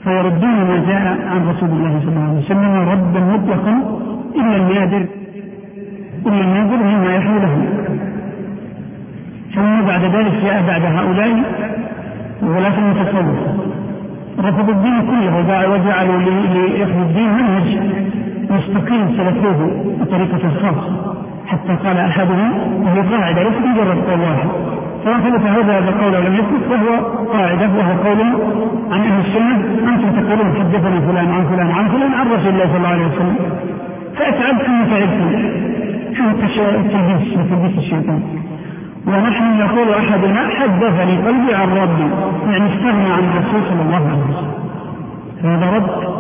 فيردون ما جاء عن رسول الله صلى الله عليه وسلم ردا مطلقا إلا النادر مما يحل له. ثم بعد ذلك جاء بعد هؤلاء ولاة المتصوف رفضوا الدين كله وجعلوا لأخذ الدين منهج مستقيم سلكوه بطريقة خاصة، حتى قال أحدهم وهي قاعدة ليس مجرد قول واحد، سواء ثبت هذا القول أو لم يثبت فهو قاعدة، وهو قول عن أهل السنة: أنتم تقولون حدثنا فلان عن فلان عن فلان عن رسول الله صلى الله عليه وسلم، فأتعبتم وتعبتم تلبيس الشيطان. ونحن يقول أحدنا: حدثني قلبي عن ربي، يعني استغنى عن الرسول صلى الله عليه وسلم. هذا رد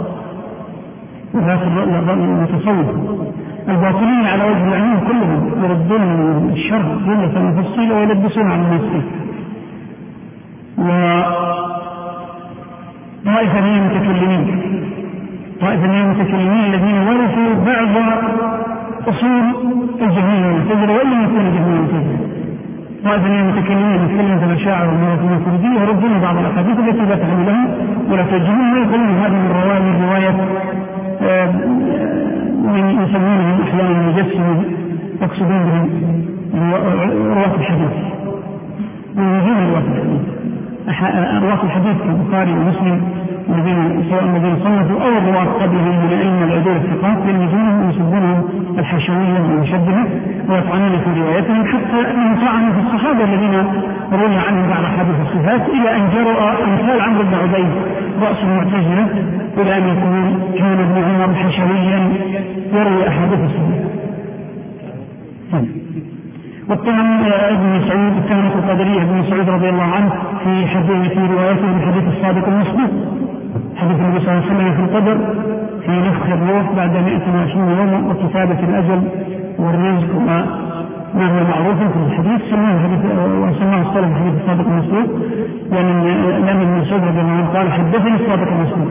المتصوف. الباطنين على وجه العموم كلهم يردون الشر جملة مفصلة ويلبسون على الناس فيه. وطائفة من المتكلمين الذين ورثوا بعض أصول الجهمية والمعتزلة وإن لم يكونوا جهمية والمعتزلة. طائفة من المتكلمين يتكلمون في الأشاعرة والماتريدية يردون بعض الأحاديث التي لا تحل لهم ولا تجهمون، ويقولون هذه من رواية من يسمونهم أحيانا مجسمة، يقصدون بهم رواة الحديث، رواة الحديث في البخاري ومسلم سواء الذين صنفوا أو الرواة قبلهم من أئمة العدول الثقات يلمزونهم ويسبونهم الحشوية والمشبهة ويطعنون في روايتهم، حتى أنهم طعنوا في الصحابة الذين روي عنهم بعض أحاديث الصفات، إلى أن جرأ أمثال عمرو بن عبيد رأس المعتزلة إلى أن يكون كان ابن عمر حشويا يروي أحاديث الصفات. والطعن ابن مسعود التهمة القدرية ابن مسعود رضي الله عنه في روايته من حديث الصادق المصدوق، حديث النبي صلى الله عليه وسلم في القدر، في نفخ الروح بعد 120 يوما وكتابة الأجل والرزق وما هو معروف في الحديث، وسماه الصلاة حديث الصادق المصدوق، لأن ابن مسعود رضي الله عنه قال: حدثني الصادق المصدوق،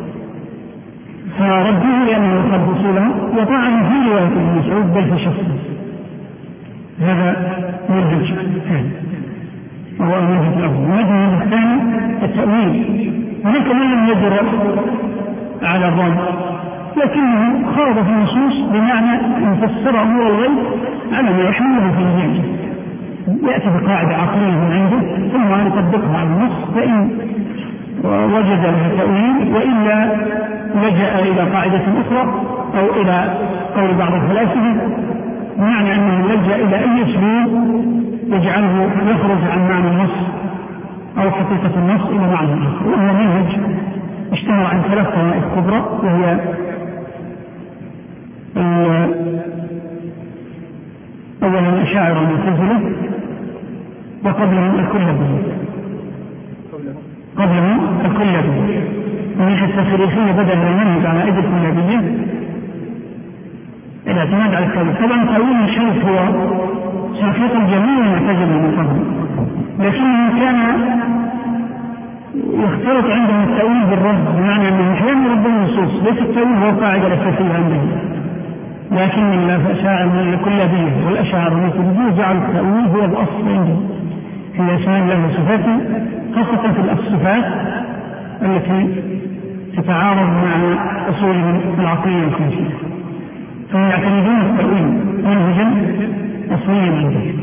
فرده لأنه قد وصوله وطعن في رواية ابن مسعود بل في شخصه. هذا منهج ثاني وهو المنهج الأول. المنهج الثاني التأويل، هناك من لم يجرأ على الظن لكنه خاض في النصوص بمعنى أن فسر أمور الغيب على ما يحمله في الجنة، يأتي بقاعدة عقلية من عنده ثم يطبقها على النص، فإن وجد لها تأويل وإلا لجأ إلى قاعدة أخرى أو إلى قول بعض الفلاسفة، بمعنى أنه لجأ إلى أي أسلوب يجعله يخرج عن معنى النص أو حقيقة النص إلى معنى آخر. وهو منهج اشتهر عن 3 طوائف كبرى، وهي أولا الأشاعرة والمعتزلة، وقبلهم الكلابية. من ناحية التاريخية بدأ المنهج على أيدي الكلابية الاعتماد على التأويل. طبعا تأويل الشيخ هو شركة الجميع المعتزلة من قبل، لكنه كان يختلط عندهم التأويل بالرد، بمعنى أنه أحيانا يرد النصوص، ليس التأويل هو قاعدة أساسية عندهم، لكن الأشاعرة الكلابية والأشاعرة الماتريدية جعلوا التأويل هو الأصل عندهم في أسماء الله وصفاته، خاصة في الصفات التي تتعارض مع أصولهم العقلية الخمسية، ثم يعتمدون التأويل منهجا أصليا عندهم.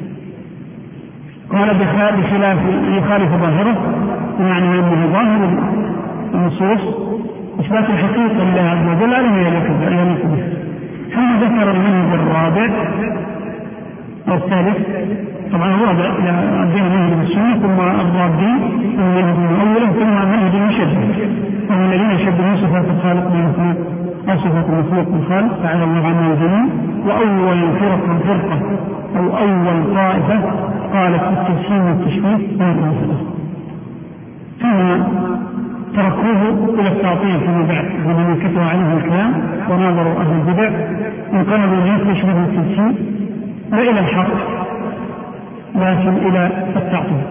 قال بخلاف يخالف ظاهره، بمعنى أنه ظاهر النصوص إثبات الحقيقة لله عز وجل على ما يليق به. ثم ذكر المنهج الرابع أو الثالث، طبعا الرابع عندنا منهج السنة، ثم الرابع ثم منهج المؤولة، ثم منهج المشبه، وهم الذين يشبهون صفات الخالق بالمخلوق أو صفات المخلوق بالخالق تعالى الله عنه وجل. وأول فرقة أو أول طائفة قالت التجسيم والتشبيه من المسألة، ثم تركوه إلى التعطيل فيما بعد لمن كتبوا عليه الكلام وناظروا أهل البدع انقلبوا من تشبيه التجسيم لا إلى الحق لكن إلى التعطيل.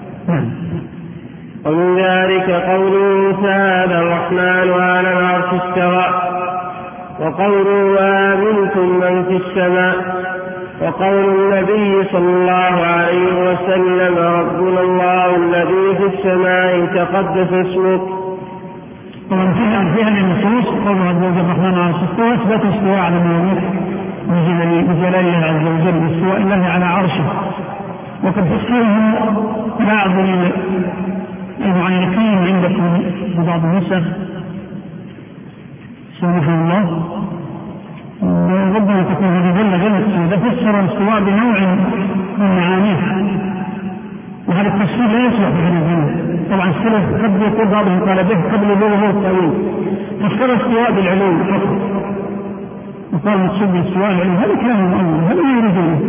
ومن ذلك قوله تعالى: الرحمن على العرش استوى، وقوله: وآمنتم من في السماء، وقول النبي صلى الله عليه وسلم: ربنا الله الذي في السماء تقدس اسمك. طبعا فيها النصوص قوله عز وجل الرحمن على العرش استوى اثبات الاستواء على ما يليق بجلال الله عز وجل واستواء الله على عرشه. وقد فسره بعض المعلقين عندكم ببعض النسخ سبحانه الله ربنا تكون هذه جل فسر الاستواء بنوع من معانيه، وهذا التفسير لا يصلح في هذا الزمن. طبعا السلف قد يقول بعضهم قال به قبل ظهور التأويل فسر الاستواء بالعلو فقط وقال مقصود بالاستواء العلو، هذا كلام مؤول، هذا ما يريدونه.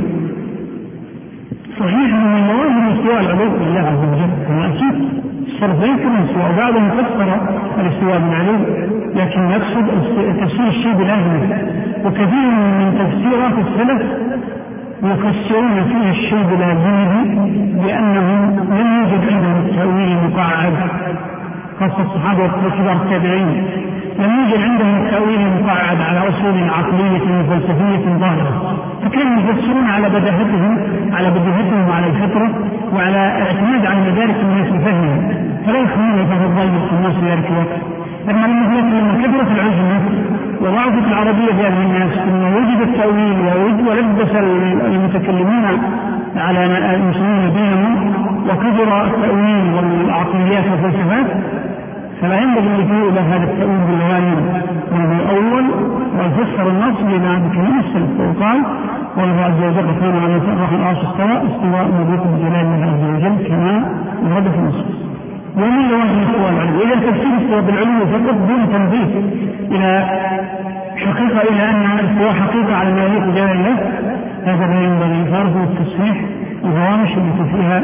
صحيح ان المواهب الاستواء العلو لله عز وجل كما اكيد الصرف لا يمكن الاستواء، بعضهم فسر الاستواء بالعلو لكن يقصد تفسير الشيء بلازمه. وكثير من تفسيرات السلف يفسرون فيه الشيء بلازمه لانهم لم يوجد عندهم التأويل المقعد، خاصة الصحابة وكبار التابعين لم يوجد عندهم التأويل المقعد على أصول عقلية وفلسفية ظاهرة، فكانوا يفسرون على بديهتهم وعلى الفطرة وعلى اعتماد على مدارك الناس وفهمهم، فلا يخلون فهم الضيق في الناس ذلك الوقت. أما لما كبرت العجمة وضعفت العربية في هذه الناس ثم وجد التأويل ولبس المتكلمين على المسلمين دينهم وكثر التأويل والعقليات والفلسفات، فلا ينبغي اللجوء إلى هذا التأويل بالغالب من الأول ويفسر النص بما بكلام السلف. وقال والله عز وجل كان على العرش استواء مليق بجلال الله عز وجل كما ورد في النص. ومن لوازم الاستواء العلو إذا تفسير الاستواء بالعلو فقط دون تنبيه إلى حقيقة إلى أن الاستواء حقيقة على ما يليق بجلال الله، هذا لا ينبغي فرض التصحيح الهوامش التي فيها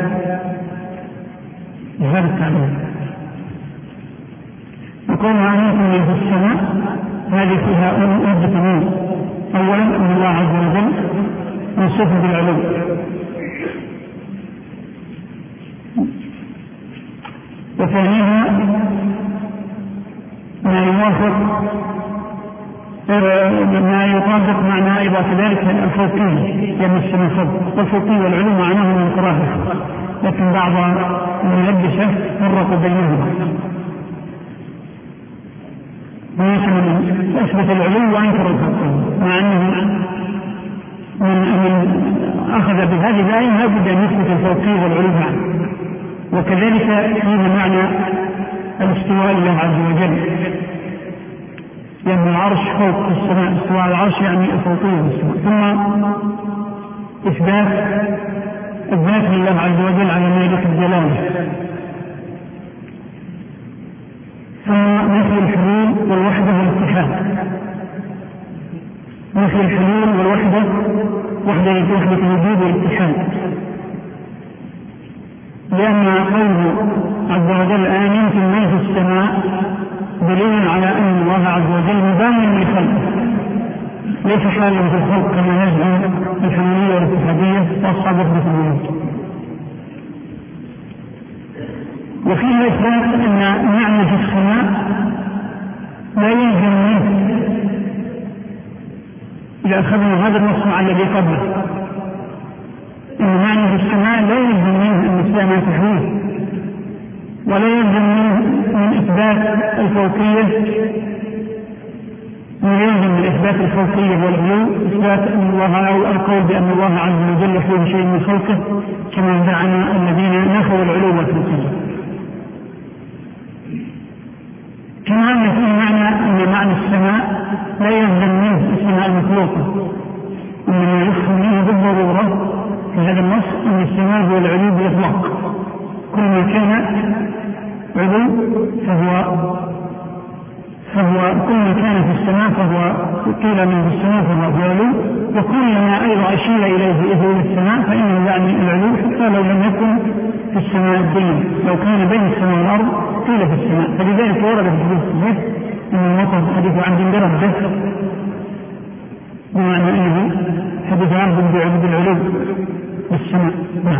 هذا التعبير. يقول عليكم من في السماء هذه فيها عدة أمور. أولا أن الله عز وجل موصوف بالعلو، وثانيها ما يطابق معنى أيضا كذلك الفوقية لأن السماء فوق، والفوقية والعلو معناهما مترادف، لكن بعض الملبسة فرقوا بينهما أثبت العلو وأنكر الفوقية، مع أنه من أخذ بهذه الآية لابد أن يثبت الفوقية والعلو معا. وكذلك فيه معنى الاستواء لله عز وجل، لأن العرش فوق السماء، استواء العرش يعني الفوقية والسماء. ثم إثبات الذات لله عز وجل على مالك الجلال، ثم نفي الحلول والوحدة والاتحاد، نفي الحلول والوحدة وحدة الوجود والاتحاد، لأن قوله عز وجل آمنتم من في السماء دليل على أن الله عز وجل مبين لخلقه ليس حالا في الخلق كما يزعم الحمولية والاتحادية وأصحاب وحدة الوجود. وفيها إثبات أن معنى في السماء لا يلزم منه، إذا أخذنا هذا النص على الذي قبله أن معنى في السماء لا يلزم منه أن السماء تحويه، ولا يلزم منه من إثبات الفوقية، يلزم من إثبات الفوقية والعلو إثبات أن الله أو القول بأن الله عز وجل يحوي شيء من خلقه كما زعم الذين نفوا العلو والفوقية. كما أن فيه معنى أن معنى السماء لا يلزم منه السماء المخلوقة، إنما يفهم منه بالضرورة في هذا النص أن السماء هو العلو بالإطلاق، كل ما كان علو فهو كل ما كان في السماء فهو قيل من في السماء فهو علو، وكل ما أيضا أشير إليه إلى السماء فإنه يعني العلو حتى لو لم يكن في السماء الدنيا، لو كان بين السماء والأرض قيل في السماء. فلذلك ورد في الحديث الصحيح أن الوصف حديث عبد بربه بمعنى أنه حديث عبد بالعلو بالسماء. نعم.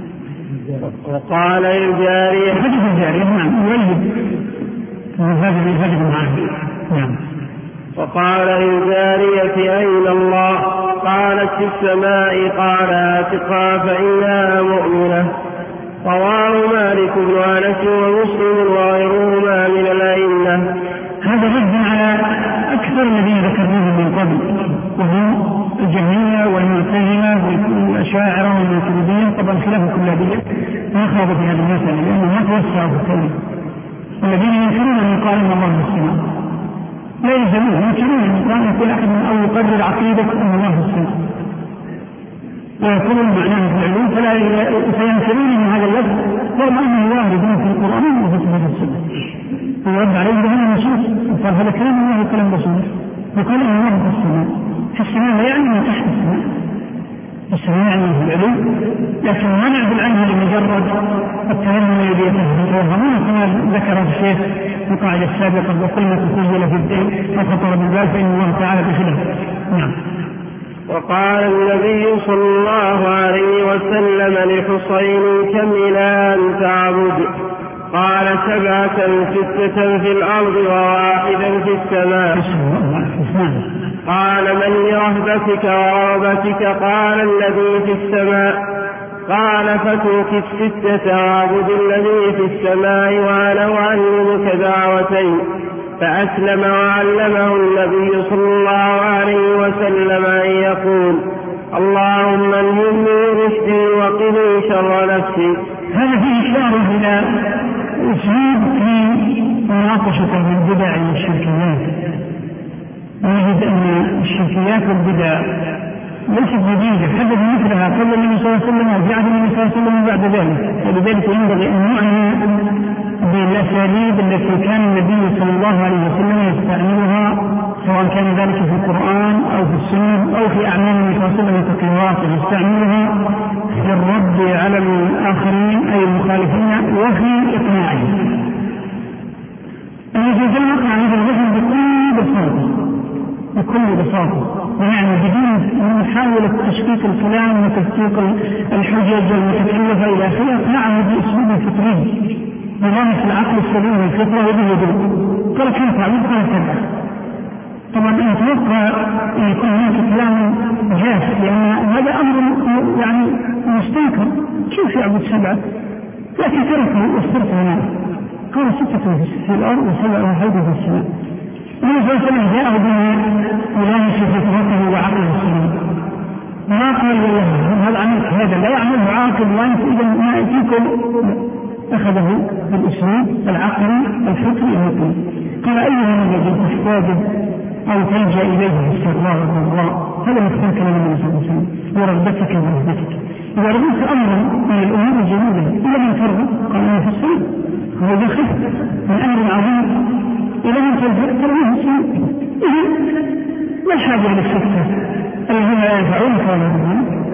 وقال الجارية حديث الجارية نعم يولد هذا معه. نعم. وقال الجارية أين الله؟ قالت في السماء، قال اتقى فإنها مؤمنة. رواه مالك بن أنس ومسلم وغيرهما من الأئمة. طبعا خلاف كلابية ما خاضوا في هذه المسألة لأنه ما توسعوا في الكلمة. الذين ينكرون أن يقال إن الله في السماء لا يلزمون، ينكرون أن يقول أحد أو يقرر عقيدة أن الله في السماء ويقولون معناه في العلوم، فينكرون أن هذا اللفظ رغم أنه وارد في القرآن وفي السنة ويرد عليه بهذا النصوص. قال هذا كلام الله وكلام رسوله، يقول أن الله في السماء، في السماء لا يعني من تحت السماء، السماء يعني في العلوم، لكن ما نعدل عنه لمجرد التهمم الذي يتوهمون كما ذكر الشيخ في القاعدة السابقة وكل ما تخيل في الدين وخطر بالبال فإن الله تعالى بخلافه. نعم. وقال النبي صلى الله عليه وسلم لحصين كم إلها تعبد؟ قال 7 6 في الأرض وواحدا في السماء. قال من لرهبتك ورغبتك؟ قال الذي في السماء. قال فاترك 6 واعبد الذي في السماء وأنا أعلمك دعوتين. فأسلم وعلمه النبي صلى الله عليه وسلم أن يقول اللهم الهمني رشدي وقني شر نفسي. هذا في إشارة إلى أسلوب في مناقشة البدع والشركيات. نجد أن الشركيات والبدع ليست جديدة، حدث مثلها قبل النبي صلى الله عليه وسلم وبعد النبي صلى الله عليه وسلم وبعد ذلك، ولذلك ينبغي أن نعنى بالأساليب التي كان النبي صلى الله عليه وسلم يستعملها سواء كان ذلك في القرآن أو في السنة أو في أعمال النبي صلى الله عليه وسلم التقريرات، يستعملها في الرد على الآخرين أي المخالفين وفي إقناعهم. الذي يقنع هذا الرجل بكل بساطة يعني بدون محاولة تشكيك الكلام وتشكيك الحجج المتكلفة إلى آخره، اقنعه بأسلوب فطري بلامس العقل السليم والفطرة وبه يدل. قال كيف تعبد؟ قال 7. طبعا أنا أتوقع أن يكون هناك كلام جاف لأن هذا أمر يعني مستنكر، كيف يعبد 7؟ لكن تركه واسترك هناك. قال 6 في الأرض و7 وحيد في السماء. النبي صلى الله عليه وسلم جاء بما يلامس فطرته وعقله السليم، ما قال والله هذا عملك هذا لا يعمله عاقل وأنت إذا ما أتيكم، أخذه بالأسلوب العقلي الفطري المطلق. قال أيها الذي تحتاج أو تلجأ إليه في السراء والضراء، هذا مثل كلام النبي صلى الله عليه وسلم، ورغبتك ورهبتك. إذا رغبت أمرا من الأمور الجميلة إلى من ترغب؟ قال أنا في السلام، هو دخل من أمر عظيم إلى من تلجأ ترغب السلام. إذن ما الحاجة للسكتة الذين لا ينفعونك ولا يضرونك؟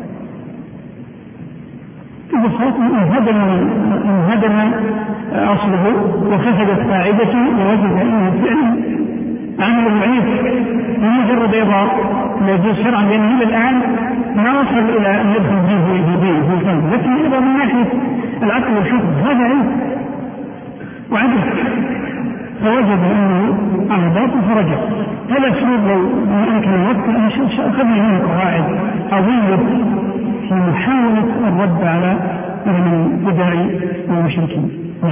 ببساطة انهدم أصله وخفضت قاعدته ووجد أنه فعلا عمل معيب بمجرد إضاء لا يجوز شرعا، لأنه إلى الآن ما وصل إلى أن يدخل به في القلب، لكن إذا من ناحية العقل والحكم هذا عيب وعدل، فوجد أنه على باطل فرجع. هذا أسلوب لو أمكن الوقت أن أخذنا منه قواعد قوية في محاولة الرد على البدع والمشركين.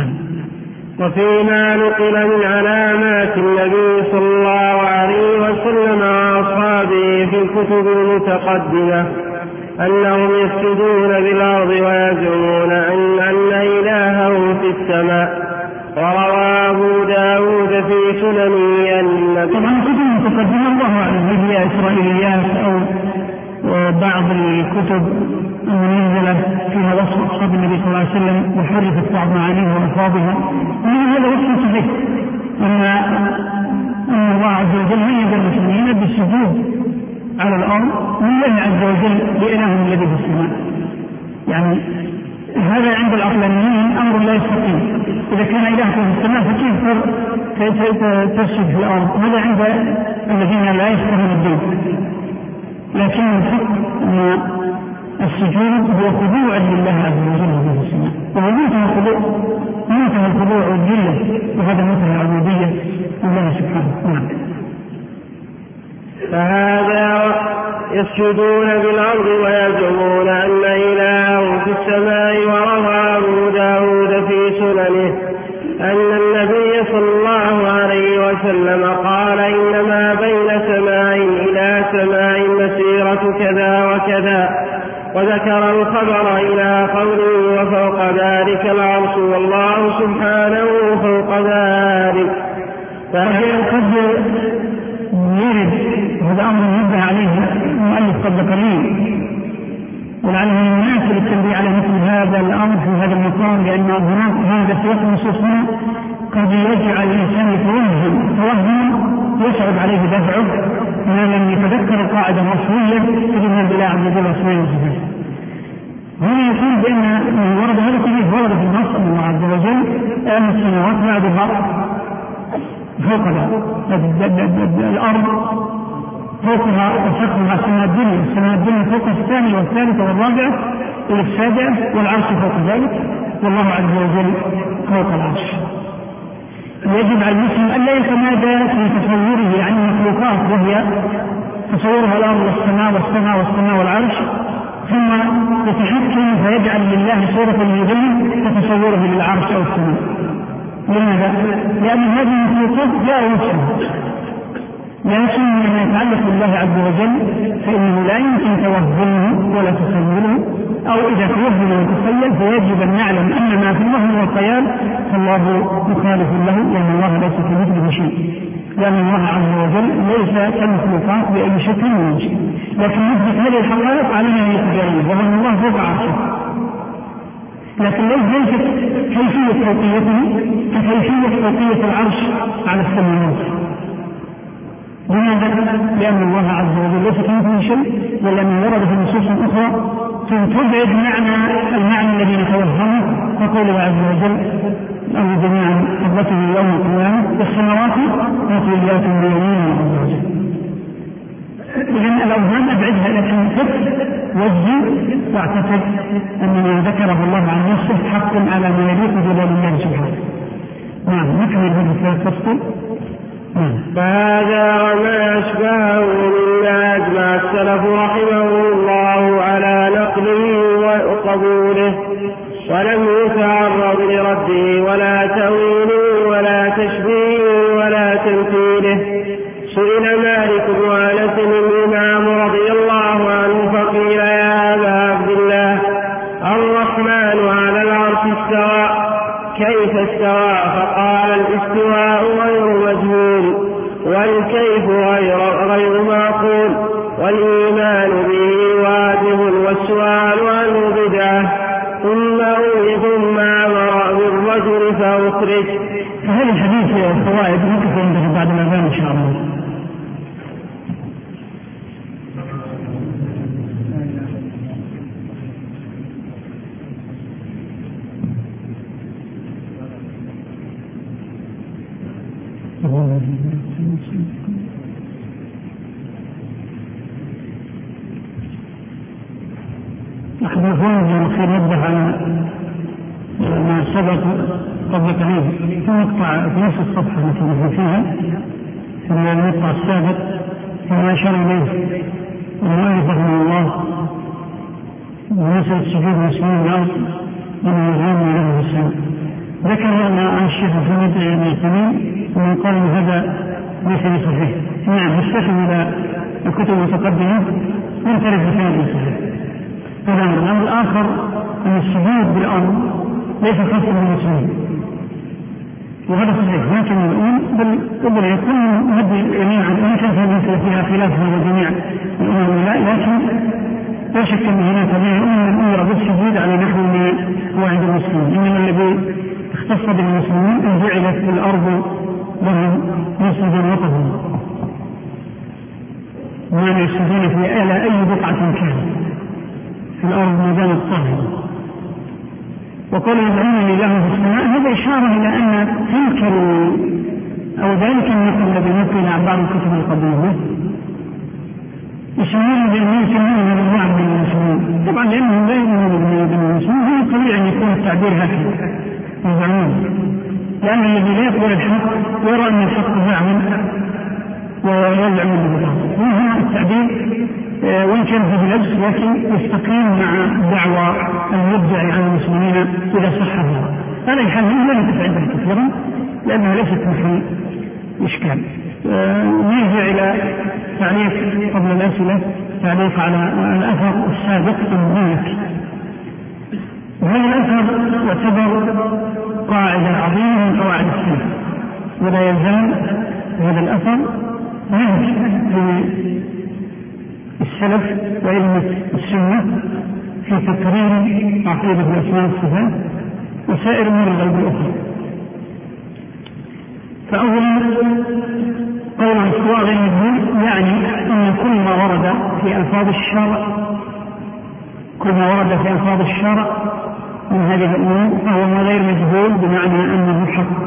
وفيما نقل من علامات النبي صلى الله عليه وسلم وأصحابه في الكتب المتقدمة أنهم يسجدون بالأرض ويزعمون أن إلههم في السماء. وروى أبو داود في سننه أن طبعا الكتب المتقدمة الله أعلم هل هي إسرائيليات أو بعض الكتب المنزلة فيها وصف أصحاب النبي صلى الله عليه وسلم وحرفت بعض معانيه وألفاظها، هذا وصف صحيح أن الله عز وجل ميز المسلمين بالسجود على الأرض لله عز وجل لإلههم الذي في السماء. يعني هذا عند العقلانيين أمر لا يستقيم، إذا كان إلهك في السماء فكيف تسجد في الأرض؟ هذا عند الذين لا يفقهون الدين. لكن الحق أن السجود هو خضوع لله عز وجل في السماء، ومنتهى الخضوع والذلة، وهذا منتهى العبودية لله سبحانه. فهذا يسجدون بالأرض ويزعمون أن إلههم في السماء. وروى أبو داود في سننه أن النبي صلى الله عليه وسلم قال إنما بين سماء إلى سماء مسيرة كذا وكذا، وذكر ذكر الخبر إلى قوله وفوق ذلك العرش والله سبحانه فوق ذلك. قد يرد هذا أمر ينبه عليه المؤلف قبل قليل، ولعله مناسب التنبيه على مثل هذا الأمر في هذا المقام، لأن هناك هذا سياق النصوص هنا قد يجعل الإنسان توهم يصعب عليه دفعه ما لم يتذكر القاعدة الأصلية في إيمان بالله عز وجل وأسمائه وصفاته. هنا يقول بأن ورد هذا كله ورد في النص أن الله عز وجل أن السماوات بعد الأرض فوق الأرض فوقها وسقفها السماء الدنيا فوق الثانية والثالثة والرابعة إلى السابعة، والعرش فوق ذلك، والله عز وجل فوق العرش. يجب على المسلم أن لا يتمادى في تصوره عن المخلوقات، وهي تصورها الأرض والسماء والعرش، ثم يتحكم فيجعل لله صورة يبين كتصوره للعرش أو السماء. لماذا؟ لأن هذه المخلوقات لا يسمى ما يتعلق بالله عز وجل، فإنه لا يمكن توهمه ولا تصوره، أو إذا توهم وتخيل فيجب أن نعلم أن ما في الله هو الخيال، فالله مخالف له، لأن الله ليس كمثله شيء، لأن الله عز وجل ليس كالمخلوقات بأي شكل من شيء. لكن نثبت هذه الحقائق على ما يتجرد، وهو أن الله فوق عرشه، لكن ليست كيفية فوقيته ككيفية فوقية العرش على السماوات. لماذا؟ لأن الله عز وجل ليس كمثله شيء، ولأنه ورد في نصوص أخرى تبعد المعنى الذي نتوهمه، فقوله عز وجل أن جميعا قبضته يوم القيامة والسماوات مطويات بيمينه عز وجل. إذن الأوهام أبعدها، لكن فقه وجه واعتقد أن ما ذكره الله عن نفسه حق على ما يليق بجلال الله سبحانه. نعم، نكمل هذا الفصل. فهذا وما أشبهه مما أجمع السلف رحمه الله على نقله وقبوله، ولم يتعرض لرده ولا تأويله ولا تشبيهه ولا تمثيله. سئل مالك بن أنس الإمام رضي الله عنه فقيل يا أبا عبد الله الرحمن على العرش استوى، كيف استوى؟ فقال الاستواء غير مجهول، والكيف غير معقول، والإيمان به واجب، والسؤال عنه بدعة. ثم أمر بالرجل فأخرج. فهذا الحديث فوائد نقف عنده بعد الأذان إن شاء الله. أحد أخواني الأخير نبه على ما سبق قبل قليل في مقطع في نفس الصفحة التي نحن فيها، في المقطع السابق فيما أشار إليه المؤلف رحمه الله ومسألة سجود المسلمين الأرض من يظلم له السلام. ذكر أن الشيخ محمد بن عثيمين ومن قال أن هذا ليس بصحيح. نعم، نستخدم إلى الكتب المتقدمة ونعترف بهذا صحيح. الأمر الآخر أن السجود بالأرض ليس خاصا بالمسلمين، وهذا صحيح، لكن نقول بل يكون هذه جميعا إن كان هذه فيها خلاف هذا جميع الأمم، لكن لا شك أن هناك أمر بالسجود على نحو ما هو عند المسلمين، إنما الذي اختص بالمسلمين أن جعلت الأرض لهم مسجدا وطهرا، وأن يسجدون في أي بقعة كان في الأرض ما دامت طاهرة. وقال يدعونني له في السماء، هذا إشارة إلى أن تلك أو ذلك النقل الذي نقل عن بعض الكتب القديمة يسمونه من الوعد من المسلمين، طبعا لأنهم لا يؤمنون بالمسلمين، هو طبيعي أن يكون التعبير هكذا يزعمون، لأن الذي لا يقبل الحق يرى أن الحق زعم ويزعم بالباطل. وهنا التعبير وإن كان فيه لبس لكن يستقيم مع دعوى المدعي عن المسلمين إذا صح هذا الحال لا نتفعل كثيرا لأنها ليست محل إشكال. نرجع إلى تعليق قبل الأسئلة تعليق على الأثر السابق المالك. وهذا الأثر يعتبر قاعدة عظيمة من قواعد السلف، ولا يزال هذا الأثر منهج السلف وعلم السنة في تقرير عقيدة الأسماء والصفات وسائر أمور الغيب الأخرى. فأولا قول الاستواء غير مجهول، يعني أن كل ما ورد في ألفاظ الشرع من هذه الأمور فهو غير مجهول، بمعنى أنه حق،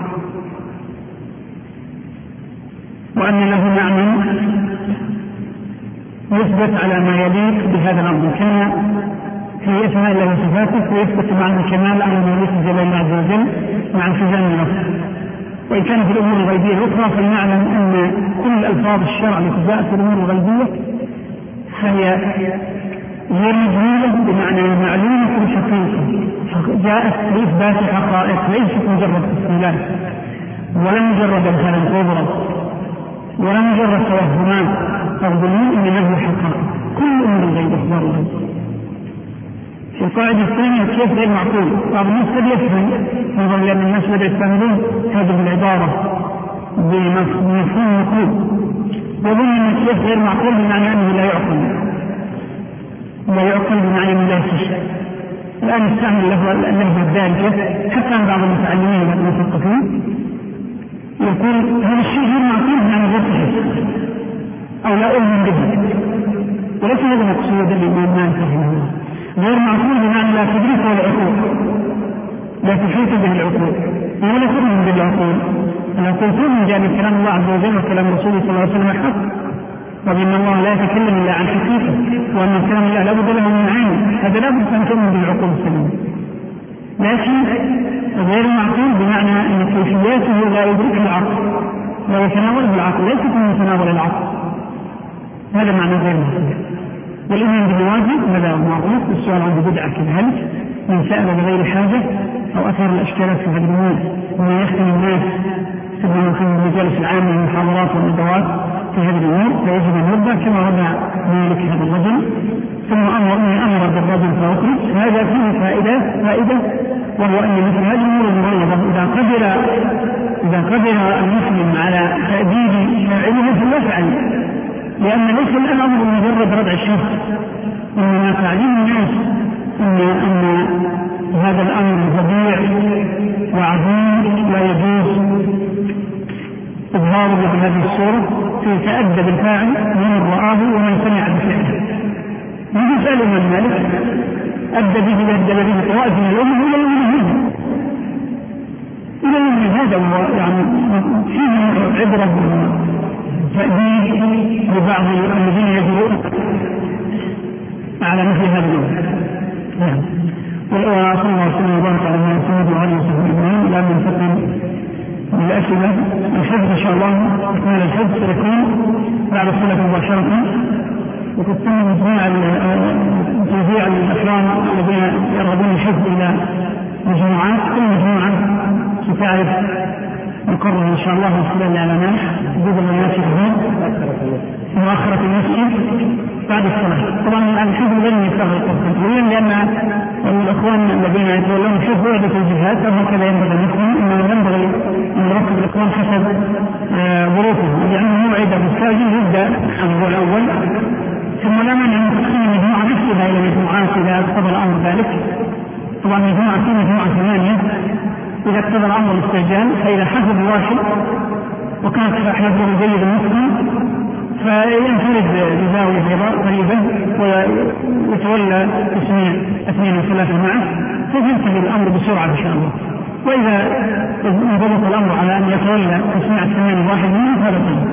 وأن له معنى يثبت على ما يليق بهذا الأمر، كان في اسماء الله وصفاته ويثبت معنى الكمال على ما يليق بجلال الله عز وجل مع التزام النص. وإن كان في الأمور الغيبية الأخرى فلنعلم أن كل ألفاظ الشرع التي جاءت في الأمور الغيبية فهي غير مجهولة، بمعنى معلومة الحقيقة، جاءت لإثبات حقائق ليست مجرد تفصيلات ولا مجرد أمثال القدرة ولا مجرد توهمات أو ظنون، إنما هي حقائق. كل أمور الغيب أخبار الغيب. في القاعدة الثانية كيف غير معقول. بعض الناس قد يفهم نظرا لأن الناس بدأوا يستعملون هذه العبارة بمفهوم مقلوب، يظن أن كيف غير معقول بمعنى أنه لا يعقل بمعنى أنه لا يصح. الآن نستعمل له الدارجة حتى عن بعض المتعلمين والمثقفين يقول هذا الشيء غير معقول بمعنى غير صحيح أو لا أؤمن به، وليس هذا مقصود الإمام مالك رحمه الله. غير معقول بمعنى لا تدركه العقول، لا تحيط به العقول، ولا تؤمن بالعقول. العقول تؤمن بأن كلام الله عز وجل وكلام رسوله صلى الله عليه وسلم حق، وبأن الله لا يتكلم إلا عن حقيقة، وأن كلام الله لا بد له من عين، هذا لا بد أن تؤمن بالعقول السليمة. لكن غير معقول بمعنى أن كيفياته لا يدركها العقل، لا يتناوله العقل، ليست من متناول العقل. هذا معنى غير معقول. والإيمان بالواجب هذا معروف، السؤال عنه بدعة كالهلك، من سأل بغير حاجة أو أثر الأشكالات في هذه الأمور وما يختم الناس سبحانه في المجالس العامة والمحاضرات والندوات في هذه الأمور فيجب أن يرضى كما وضع مالك هذا الرجل، ثم أمر بالرجل فأخرج. هذا فيه فائدة، وهو أن مثل هذه الأمور المغلظة إذا قدر المسلم على تأديب فاعله فليفعل، لأن ليس الأمر مجرد ردع الشخص، إنما تعليم الناس أن هذا الأمر فظيع وعظيم لا يجوز إظهاره بهذه الصورة، فيتأدب الفاعل من رآه ومن سمع بفعله. من سأل من مالك أدى به طوائف من الأمة إلى يوم هذا، يعني فيه عبرة تأديب لبعض الذين يجرون على مثل هذا الأمر. وصلى الله وسلم وبارك على محمد وعلى آله وصحبه أجمعين. لا ننتقل للأسئلة. الحفظ إن شاء الله إكمال الحفظ سيكون بعد الصلاة مباشرة، وقد تم توزيع الأفراد الذين يرغبون الحفظ إلى مجموعات، كل مجموعة ستعرف مقرر إن شاء الله من خلال الإعلانات جزء من الناس يحضرون مؤخرة المسجد بعد الصلاة. طبعا الحفظ لن يستغرق كثيرا لأن الأخوان الذين يتولون الحفظ بعد توجيهات وهكذا ينبغي أن يكون، إنه ينبغي أن نرتب الأخوان حسب ظروفهم، لأنه موعد بالساجد يبدأ الأسبوع الأول، ثم لا مانع أن تقسم المجموعة نفسها إلى مجموعات إذا اقتضى الأمر ذلك. طبعا مجموعة 8 إذا اقتضى الأمر الاستعجال، فإذا حفظ واحد وكانت حفظه جيد المسلم فينفرد بزاوية قريبة ويتولى تسميع 2 و3 معه، فينتهي الأمر بسرعة إن شاء الله. وإذا انضبط الأمر على أن يتولى تسميع 8 واحد منهم هذا الأمر.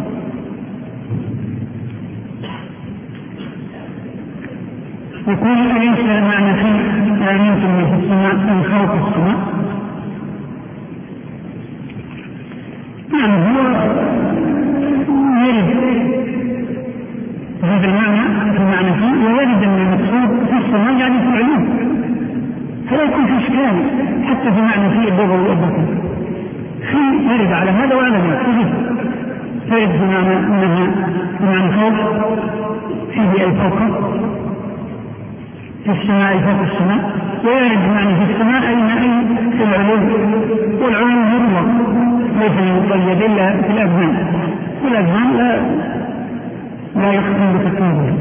يقول أليس معنى في آمنتم في السماء من خوف السماء؟ يعني هو يرد هذا المعنى فيه، ويرد أن المقصود في السماء يعني في العلوم، فلا يكون في إشكال حتى في معنى فيه اللغة والأبوة في يرد على هذا وعلى ذلك، فيرد في معنى أنها في معنى خوف فيه أي فوق، في السماء فوق السماء، ويرد معنى في السماء أي في العلوم، والعلوم مطلق ليس مقيد إلا في الأذهان، والأذهان لا يحكم بتكوينه.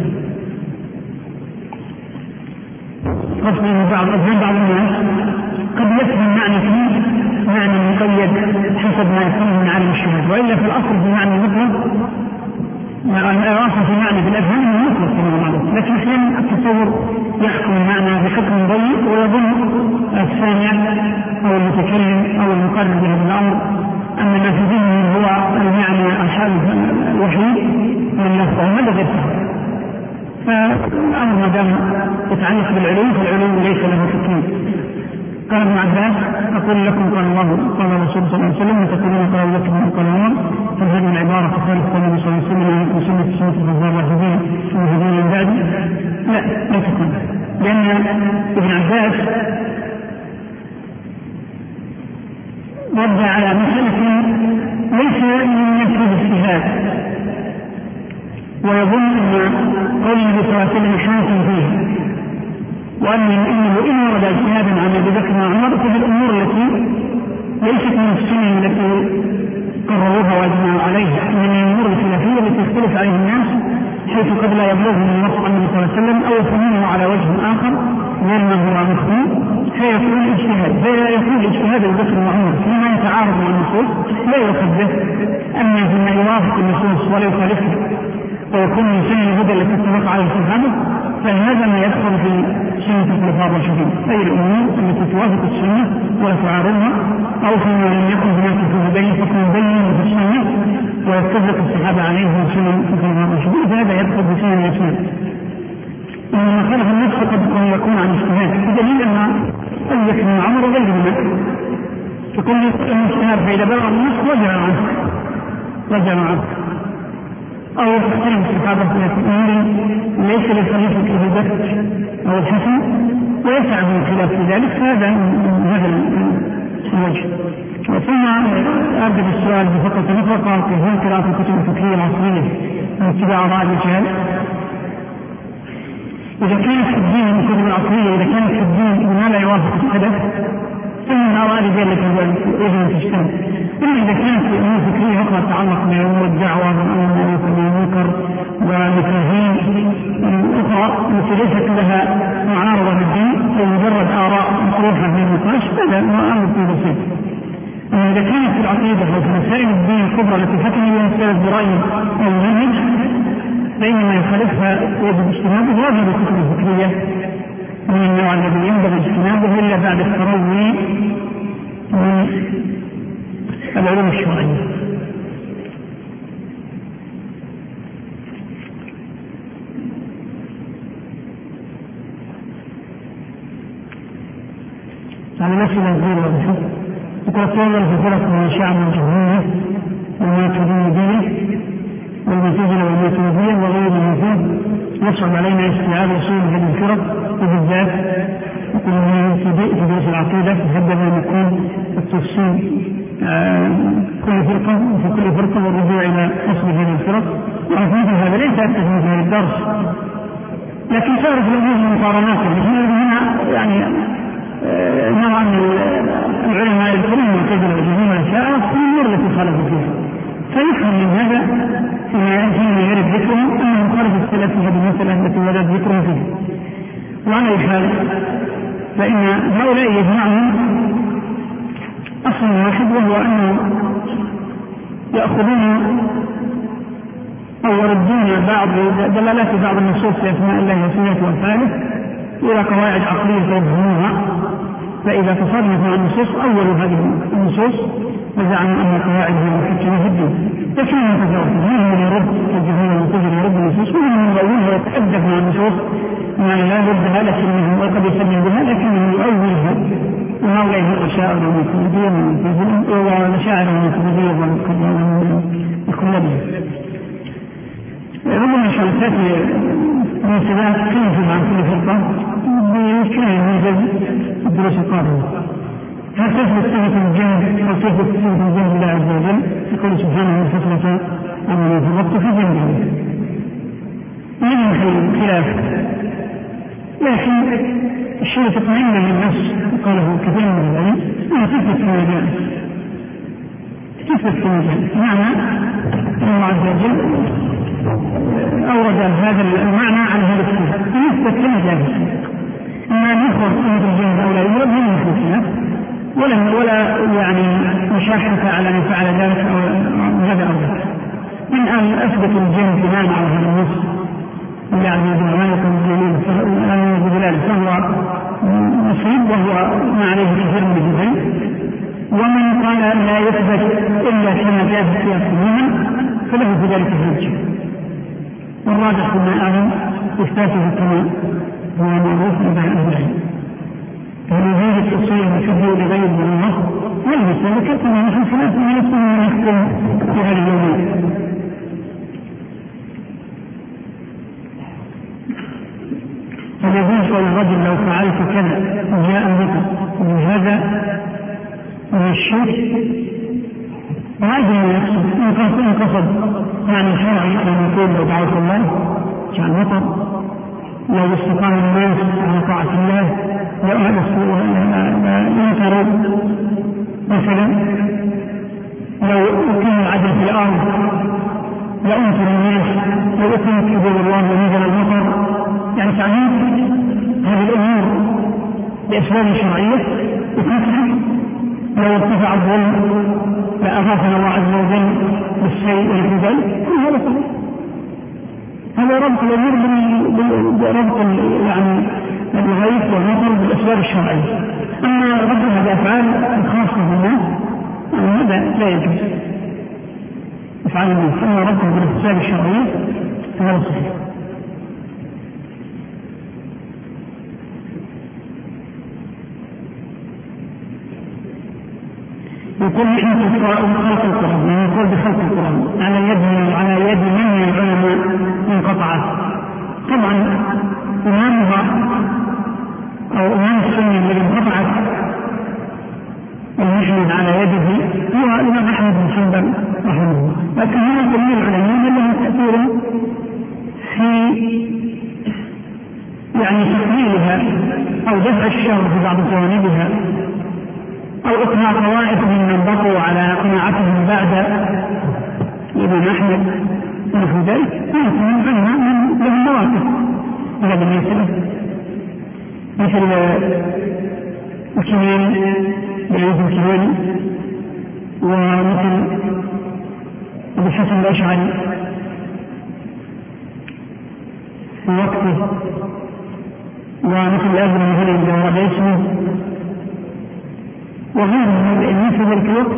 قصد بعض الأذهان بعض الناس قد يفهم معنى فيه معنى مقيد حسب ما يفهمه من عالم الشهود، وإلا في الأصل في معنى مطلق الإرافة في معنى في الأذهان أنه مطلق كما معروف، لكن أحيانا التصور يحكم المعنى بحكم ضيق ويظن السامع أو المتكلم أو المقرر بهذا الأمر أن ما في ذهنه هو المعنى الحادث الوحيد من لفظه، هذا غير صحيح. فالأمر ما دام يتعلق بالعلوم فالعلوم ليس له تكوين. قال ابن عباس: أقول لكم قال الله قال الرسول صلى الله عليه وسلم وتقولون قال الله قال عمر، فهذه العبارة تخالف قول النبي صلى الله عليه وسلم وسنة السنة الراشدين المهديين من بعد. لا تكون، لأن ابن عباس رد على مسألة ليس من نفس الاجتهاد، ويظن أن قول النبي صلى الله عليه وسلم حاكم فيه، وأنه إن ورد اجتهادا عن أبي بكر وعمر ففي الأمور التي ليست من السنن التي قرروها واجمعوا عليها، من الأمور الخلافية التي يختلف عليها الناس، حيث قد لا يبلغهم النص عن النبي صلى الله عليه وسلم أو يفهمونه على وجه آخر غير ما هو مفهوم، فيكون اجتهاد. فيكون اجتهاد أبي بكر وعمر فيما يتعارض مع النصوص لا يؤخذ به، أما فيما يوافق النصوص ولا يخالفها ويكون من سنن الهدى التي اتفق عليه الصحابة، فهذا ما يدخل في سنة الخلفاء الراشدين، أي الأمور التي توافق السنة ولا تعارضها، أو فيما لم يكن هناك في هدين حكم بين في السنة ويتفق الصحابة عليه من سنن الخلفاء الراشدين، فهذا يدخل في سنن الإسلام. إنما خلف النص قد يكون عن اجتهاد، بدليل أن أبي بكر وعمر غيرهما يقول الاجتهاد فإذا بلغ النص رجع عنه أو يختلف الصحابة في أمور ليس للخليفة كالهدى أو الحسن ويسعه الخلاف في ذلك، فهذا من هذا الوجه. ثم أبدأ السؤال بفقرة أخرى، قال: كيف قراءة الكتب الفقهية العصرية واتباع آراء الرجال؟ إذا كانت في الدين من الكتب العصرية، إذا كانت في الدين بما لا يوافق الحدث فمن آراء الرجال التي يجب أن تجتمع. إلا إذا كانت في أمور فكرية أخرى تتعلق بأمور الدعوة والأمر والمنكر والمفاهيم الأخرى التي ليست لها معارضة بالدين أو مجرد آراء مطروحة في النقاش، هذا أمر بسيط. أما إذا كانت في العقيدة أو في مسائل الدين الكبرى التي حكم بها السلف برأي أو منهج فإنما يخالفها يجب اجتنابه، وهذه الكتب الفكرية من النوع الذي ينبغي اجتنابه إلا بعد التروي من العلوم الشرعية. على نفس الأنزال والحب تتطور في فرق من الشعب الجهمية والماتريدية والمعتزلة والماتريدية وغيرهم فيه، يصعب علينا استيعاب اصول هذه الفرق، وبالذات في دروس العقيدة لابد أن يكون التفصيل كل فرقة وفي كل فرقة والرجوع إلى أصل هذه الفرق، وأفيد هذا ليس أكثر من هذا الدرس، لكن تعرف الأمور مقارنات. هنا يعني نرى أن العلماء يذكرون المعتزلة والجهمية والأشاعرة في الأمور التي خالفوا فيها، فيفهم من هذا فيما يرد ذكرهم أنهم خالفوا السلف في هذه المسألة التي ورد ذكرهم فيها. وعلى الحال فإن هؤلاء يجمعهم أصل واحد، وهو أنهم يأخذون أو يردون بعض دلالات بعض النصوص في أسماء الله وصفاته وأفعاله إلى قواعد عقلية يفهمونها، فإذا تصادمت مع النصوص أول هذه النصوص وزعموا أن القواعد هي محكمة في الدين، لكنهم يتفاوتون، منهم من يرد الجهمية والمعتزلة يرد النصوص، ومنهم من يؤولها ويتأدب مع النصوص ما لا يردها لكنه وقد يسلم بها لكنه يؤولها، وهؤلاء هم الأشاعرة والماتريدية والأشاعرة والماتريدية والكلابية. ربما شرطات مناسبات كلمة عن كل فرقة بإمكان موجز الدروس القادمة. هل تثبت صفة الجهل أو تثبت صفة الجهل الله عز وجل؟ يقول سبحانه وتعالى عن من فرقت في جنبه. من محل خلاف، لكن الشيء تطمئن للنفس قاله كثير من العلم أنها تثبت في مجال معنى الله عز وجل أورد هذا المعنى على هذا الصفة يثبت لمجال أما أن يخرج أمر الجهد أو لا يورد من الخلاف ولا يعني مشاحة على من فعل ذلك أو هذا أورد من أن أثبت الجهد بناء على هذا النص يعني ما يكون بذلك فهو مصيب وهو ما عليه كثير من الجهل. ومن قال لا يثبت إلا كما جاء في السياق تماما فله في ذلك الحجة، والراجح ما أعلم إثباته كما هو معروف عند أهل العلم. فلهذه التصوير مشبه لغير الله والمسلك كما نحن خلاف ما يكون من يحكم في هذه اليومين. فيقول الرجل لو فعلت كذا جاء بك وهذا من الشرك وهذا يقصد إن قصد يعني شرعي أن يقول لو دعوت الله كان مطر، لو استقام الناس على طاعة الله لا ينكروا مثلا، لو أقيم العدل في الأرض لا أنكر الناس، لو أقيمت حدود الله ونزل المطر، يعني تعليم هذه الأمور بأسباب شرعية وكثرة. لو ارتفع الظلم لأغاثنا الله عز وجل بالشيء ونحو ذلك، كل هذا صحيح. هذا ربط الأمور بربط يعني الغيث والمطر بالأسباب الشرعية. أما ربطها بأفعال خاصة بالناس هذا لا يجوز أفعال الناس، أما ربطها بالأسباب الشرعية هذا صحيح. يقول نحن خلق القرآن، يعني يقول بخلق القرآن على يد من العلماء انقطعت. طبعا إمامها أو إمام السنة الذي انقطعت المحمد على يده هو الإمام أحمد بن حنبل رحمه الله، لكن هناك من العلماء لهم تأثير في يعني تقليلها أو دفع الشر في بعض جوانبها أو إقناع طوائف من بقوا على قناعتهم بعد الإمام أحمد ونحو ذلك، ممكن عنها من لهم مواقف هذا المسألة، مثل الكناني بعيد الكناني، ومثل أبو الحسن الأشعري في وقته، ومثل الأزل من هنا الجواب اسمه، وغيرهم من الناس في ذلك الوقت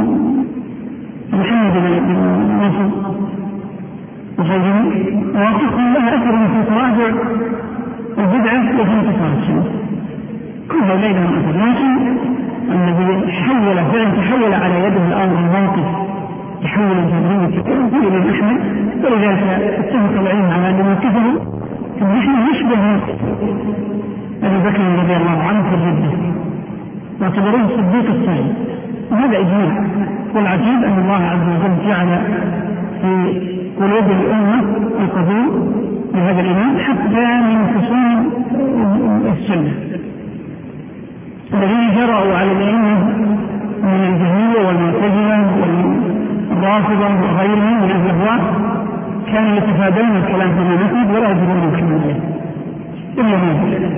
محمد بن ناصر وغيرهم، وواقفهم لها أثر في تراجع البدعة وفي تفاصيل كل هؤلاء لهم أثر، لكن الذي تحول على يده الأمر الواقف تحول جميل هو الإمام أحمد، ولذلك اتفق العلم على أن موقفه نحن يشبه أبي بكر رضي الله عنه في الردة واعتبروه الصديق الثاني، وهذا إجماع. والعجيب أن الله عز وجل جعل في قلوب الأمة القبول لهذا الإمام حتى من خصوم السنة الذين جرأوا على الأئمة من الجهمية والمعتزلة والرافضة وغيرهم من الأهواء، كانوا يتفادون الكلام في المسجد ولا يجرون الكلام إلا ما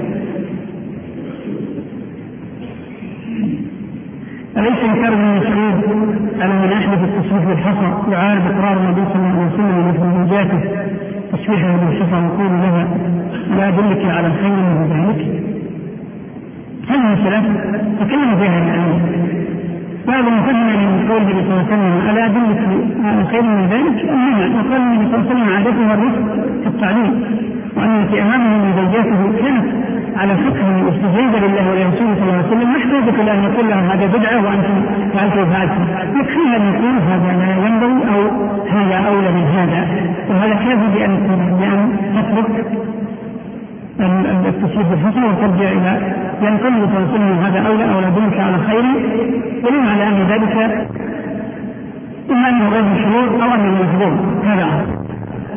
أليس إنكار ابن مسعود على من أحدث التصريح بالحصى يعارض إقرار النبي صلى الله عليه وسلم مثل منجاته تصريحه بالحصى ويقول لها لا أدلك على الخير من ذلك؟ هذه المسألة تكلم فيها العلم، بعض مفهمنا من قول النبي صلى الله عليه وسلم ألا أدلك على خير من ذلك؟ أنها وقال النبي صلى الله عليه وسلم عادتها الرفق في التعليم، وأن في أمامه من زوجاته كانت على فقه واستجابة لله ولرسوله صلى الله عليه وسلم، ما احتاجت إلى أن يقول لها هذا بدعة وأنتم فعلتوا وفعلتم، يكفيها أن يقول هذا لا ينبغي أو هذا أولى من هذا، وهذا كافي بأن تترك التصريح بالحسن وترجع إلى ينقل صلى الله عليه وسلم هذا أولى دلك على خير، ولم على أن ذلك إما أنه غير مشروع أو أنه مفضول. هذا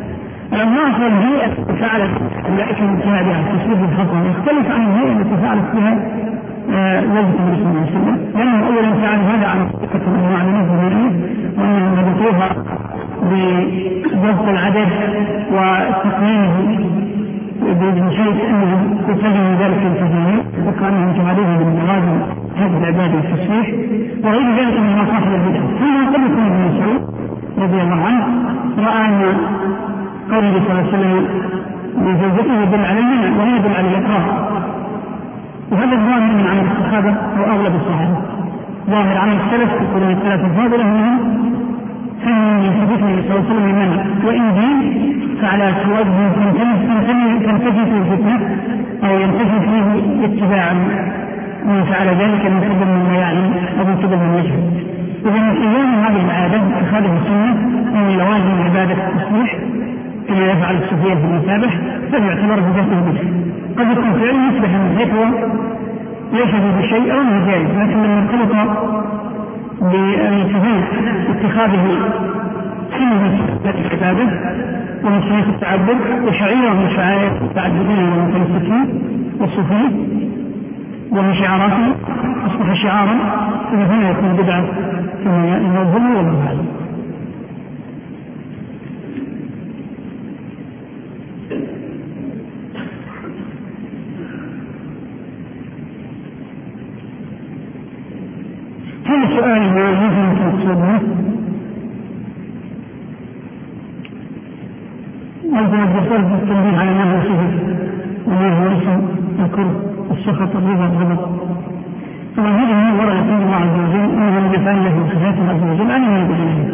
الأنماط والهيئة التي فعلت أولئك المتابعة تسليب الخطأ يختلف عن الهيئة التي فعلت فيها وجه النبي صلى الله عليه وسلم، لأنهم أولا فعلوا هذا على طريقة المعلومات الدينية، وأنهم ربطوها بضبط العدد وتقييمه بحيث أنهم يتجهوا ذلك التدين، وكانوا يجعلوه من موازن هذه العبادة والتصحيح وغير ذلك من مصاحب البدع. ثم قد يكون ابن مسعود رضي الله عنه رأى أن قول النبي صلى الله عليه وسلم لزوجته يدل على المنع ولا يدل على الإكراه، وهذا الظاهر من عمل الصحابة وأغلب الصحابة، ظاهر عمل السلف في القرون الثلاثة الفاضلة منهم من حديث النبي صلى الله عليه وسلم المنع، وإن دين فعلى سواده تنتهي فيه الفتنة أو ينتهي فيه اتباعا من فعل ذلك من قبل من لا يعلم أو من قبل من يجهل. إذا من أيام هذه العادة اتخاذه السنة من لوازم عبادة التصحيح كما يفعل الصوفية في المسابح، فليعتبر بذاته بدعة. قد يكون فعله يصبح من حيث هو ليس فيه شيء أو من جائز، لكن لما ارتبط بانتهاء اتخاذه سنة العبادة ومن سنة التعبد وشعيرة من شعائر التعبدين والمتمسكين والصوفيين ومن شعاراتهم أصبح شعارا، فهنا يكون بدعة كما ينظم والله أعلم. هذا السؤال ما يمكن تقصده أيضا الدكتور بالتنبيه على ما هو صفة وما هو اسم الكره السخط الرضا الغضب. طبعا هذا من وراء يقول الله عز وجل انه من يفعل له صفاته عز وجل انا من يقول له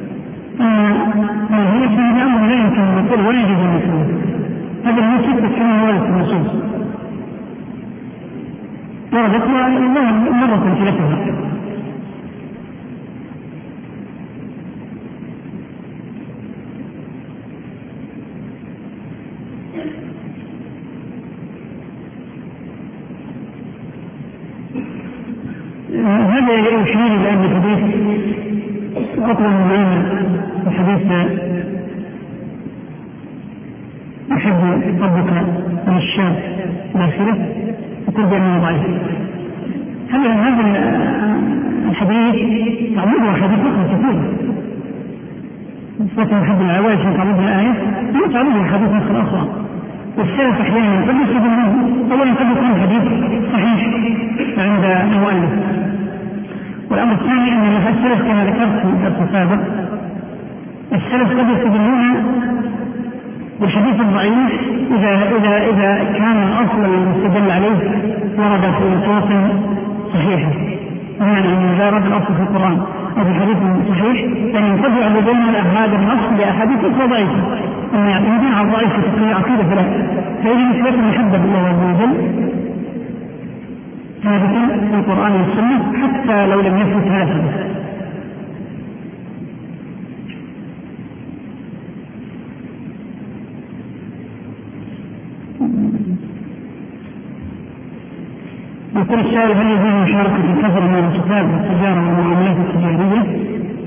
هو اسم الامر لا يمكن ان يقول ولا يجوز ان يقول. هذا هو صفة كما ورد في النصوص وردت مرة امثلتها. هذا يشير إلى أن الحديث أطول من الحديث أحب ربك من الشاب داخله وترجع من ضعيف. هذا الحديث تعمله حديث أخرى كثير لكن أحب العوائش من تعمله الآية لا تعمله حديث أخرى. والسلف أحيانا قد يستخدمونه أولا قد يكون الحديث صحيح عند المؤلف، والأمر الثاني أن السلف كما ذكرت في الدرس السابق السلف قد يستخدمون بالحديث الضعيف إذا كان الأصل المستدل عليه ورد في نصوص صحيحة، يعني أن إذا ورد الأصل في القرآن أو في الحديث الصحيح فإن ينتفع بين هذا النص بأحاديث ضعيفة أن يعتمدون على الضعيف في تقرير عقيدة فإذا نسبة المحبة بالله عز وجل ثابتا في القرآن والسنة حتى لو لم يثبت هذا الحديث. يقول السائل هل يجوز المشاركة في كثر من الكتاب والتجارة والمعاملات التجارية؟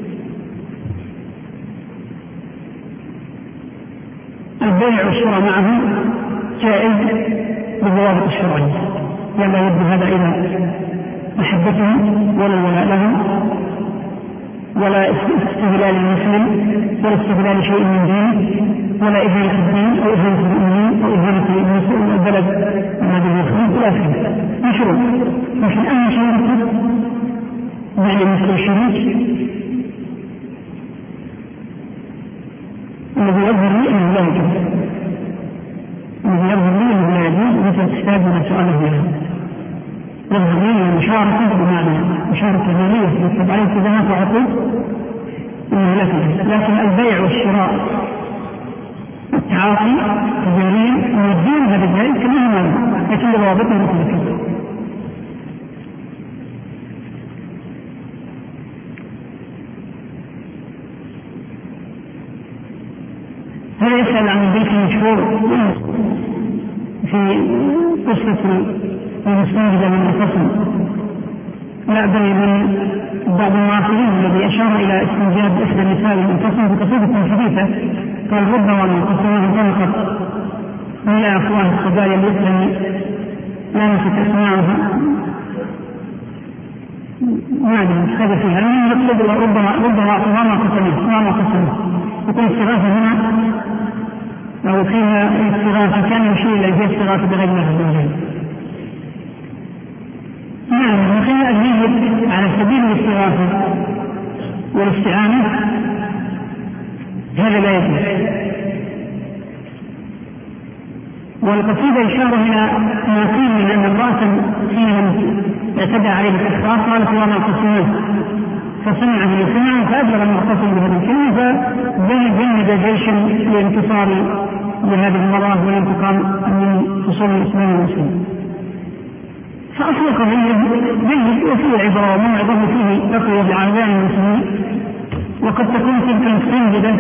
البيع والشراء معه جائز بالضوابط الشرعية، لا يبدو هذا إلى محبتهم ولا الولاء لهم ولا استغلال المسلم ولا استغلال شيء من دينه ولا إهانة الدين أو إهانة المؤمنين أو إهانة البلد الذي يخرج إلى آخره مشروع. لكن أهم شيء يعني مثل الشريك الذي يظهر لي أنه لا يجوز، الذي يظهر لي أنه لا يجوز مثل تحتاج إلى سؤاله له يظهر لي المشاركة بمعنى مشاركة مالية يكتب عليه التزامات وعقود إنه لا تجوز. لكن البيع والشراء التعاطي تجاريا والدين هذا جائز كما هو، لكن بضوابطه مثل كذا. هذا يسأل عن البيت المشهور في قصة المستنجد من القسم، لا بل من بعض المعاصرين الذي أشار إلى استنجاد إحدى النساء المنتصم بقصيدة حديثة قال ربما منقسمة انطلقت إلى أفواه الصبايا التي لا نسيت أسماعها ما أدري هذا فيها لأنه يقصد ربما أفواه ما قسمه يكون استغاثة هنا أو فيها استغاثة كان يشير إلى فيها استغاثة بغير الله عز وجل. نعم وفي أدلة على سبيل الاستغاثة والاستعانة هذا لا يجوز. والقصيدة إشارة إلى ما فيه من أن امرأة حين اعتدى عليه الإخبار قالت وما قسمه فسمعه يسمعه فأبلغ المعتصم بهذه الكلمة فجند جيشا لانتصار لهذه المرأة والانتقام من فصول الإسلام والمسلمين. فأصل قضية جيد وفيه عبرة وموعظة فيه تقوية لأعداء المسلمين وقد تكون تلك المستنجدة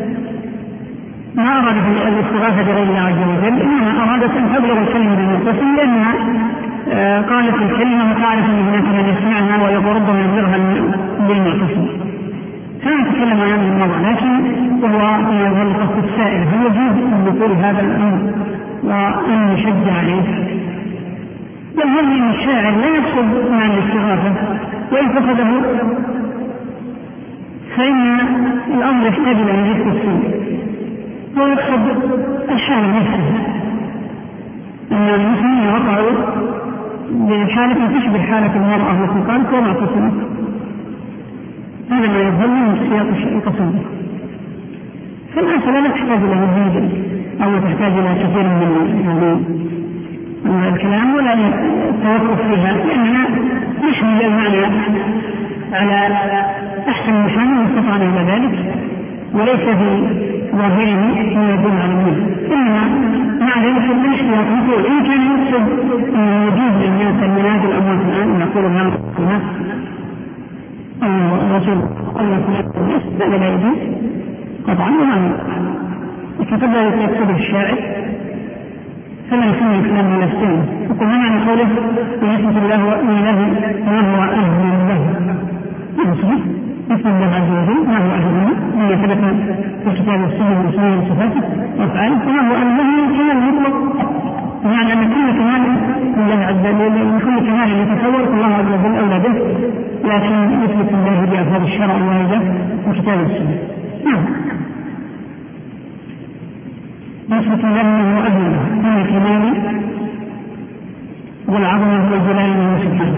ما أرادت الاستغاثة بغير الله عز وجل إنما أرادت أن تبلغ الكلمة بالمعتصم لأنها قالت الكلمة وتعرف أن هناك من يسمعها وربما يبلغها للمعتصم فنتكلم عن هذا الموضوع. لكن هو يظل قصد السائل هل يجوز أن نقول هذا الأمر وأن نشجع عليه؟ يظهر أن الشاعر لا يقصد مع الاستغاثة وإن قصده فإن الأمر يحتاج إلى مزيد تفصيل ويقصد الحالة نفسها أن المسلمين وقعوا بحالة تشبه حالة المرأة التي قالت وما قسمت. هذا ما يظهر من سياق القصيدة. فالمسألة لا تحتاج إلى مزيد أو تحتاج إلى كثير من الكلام ولا التوقف فيها لأننا نحمل المعنى على أحسن محامل واستطعنا إلى ذلك وليس في ظاهره ما يدل على المنع إنما مع ذلك الاحتياط نقول إن كان يقصد أن يجوز للناس المنازل الأموات الآن نقول هذا الناس الرسول قال الناس لا يجوز قطعا وما لكن قد لا يقصد الشاعر فلا يسمى الكلام من السنة يقول ما معنى قوله ونسمة الله وإله ما هو أهل له نصبح اسم الله عز وجل ما هو أهل له من يثبت في كتاب السنة والسنة والصفات وأفعاله وما هو أهل له من كمال المطلق يعني أن كل كمال الله عز وجل من كل كمال يتصور الله عز وجل أولى به لكن يثبت الله بأفعال الشرع الواردة في كتاب السنة. نعم نثبت له أنه أهل من الكمال والعظمة والجلال منه سبحانه.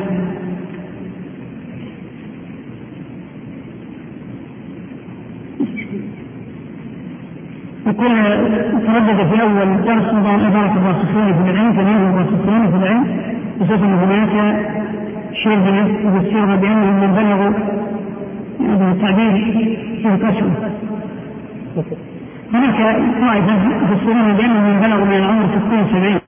يقول تردد في أول درس عبارة الراسخين في العلم فمنهم الراسخين في العلم بسبب أن هناك شبهة يفسرها بأنهم من بلغوا هذا التعبير فيه كسر. هناك طائفة يفسرون بأنهم من بلغوا من العمر 60 70